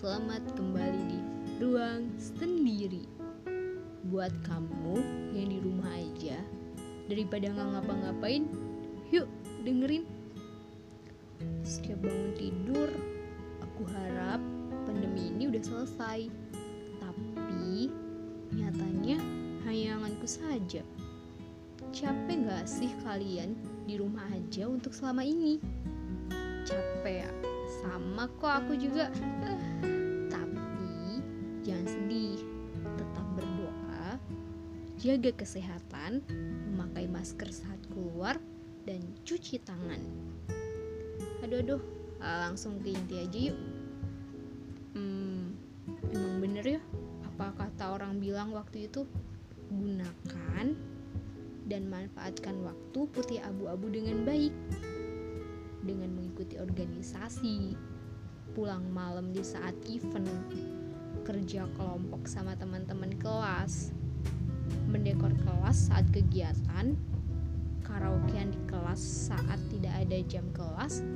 selamat kembali di Ruang Sendiri. Buat kamu yang di rumah aja, daripada nggak ngapa-ngapain, yuk dengerin. Setiap bangun tidur, aku harap pandemi ini udah selesai. Tapi nyatanya hanya anganku saja. Capek gak sih kalian di rumah aja untuk selama ini? Capek ya? Sama kok aku juga. Tapi jangan sedih, tetap berdoa, jaga kesehatan, memakai masker saat keluar, dan cuci tangan. Aduh, langsung ke inti aja yuk. Emang bener ya, apa kata orang bilang waktu itu? Gunakan dan manfaatkan waktu putih abu-abu dengan baik. Dengan mengikuti organisasi, pulang malam di saat event, kerja kelompok sama teman-teman kelas, mendekor kelas saat kegiatan, karaokean di kelas saat tidak ada jam kelas,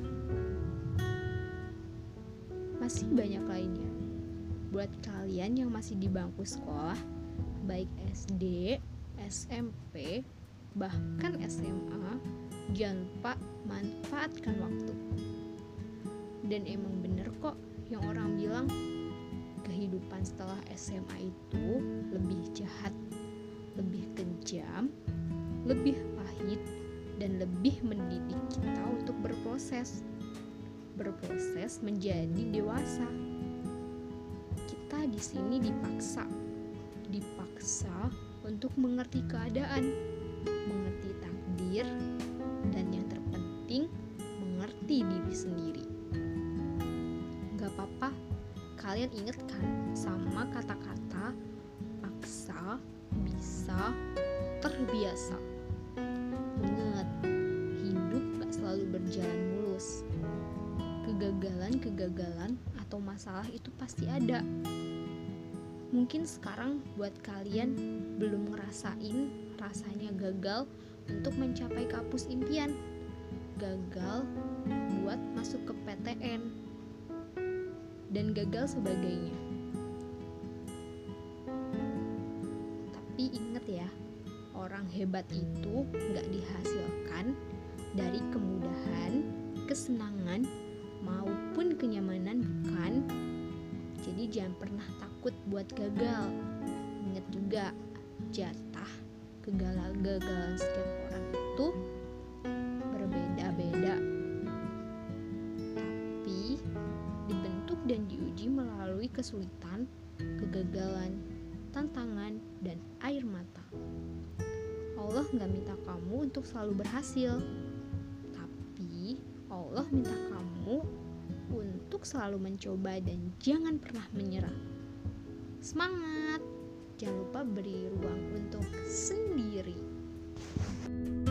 masih banyak lainnya. Buat kalian yang masih di bangku sekolah, baik SD, SMP, bahkan SMA, jangan lupa manfaatkan waktu. Dan emang bener kok yang orang bilang kehidupan setelah SMA itu lebih jahat, lebih kejam, lebih pahit, dan lebih mendidik kita untuk berproses menjadi dewasa. Kita di sini dipaksa untuk mengerti keadaan, mengerti takdir, dan yang terpenting mengerti diri sendiri. Gak apa-apa, kalian inget kan sama kata-kata paksa, bisa, terbiasa. Ingat, hidup gak selalu berjalan mulus. Kegagalan atau masalah itu pasti ada. Mungkin sekarang buat kalian belum ngerasain rasanya gagal untuk mencapai kampus impian, gagal buat masuk ke PTN, dan gagal sebagainya. Tapi inget ya, orang hebat itu gak dihasilkan dari kemudahan, kesenangan, maupun kenyamanan, bukan? Jadi jangan pernah takut buat gagal. Ingat juga, jatah kegagalan setiap orang itu berbeda-beda, tapi dibentuk dan diuji melalui kesulitan, kegagalan, tantangan, dan air mata. Allah gak minta kamu untuk selalu berhasil, tapi Allah minta kamu untuk selalu mencoba dan jangan pernah menyerah. Semangat! Jangan lupa beri ruang untuk sendiri.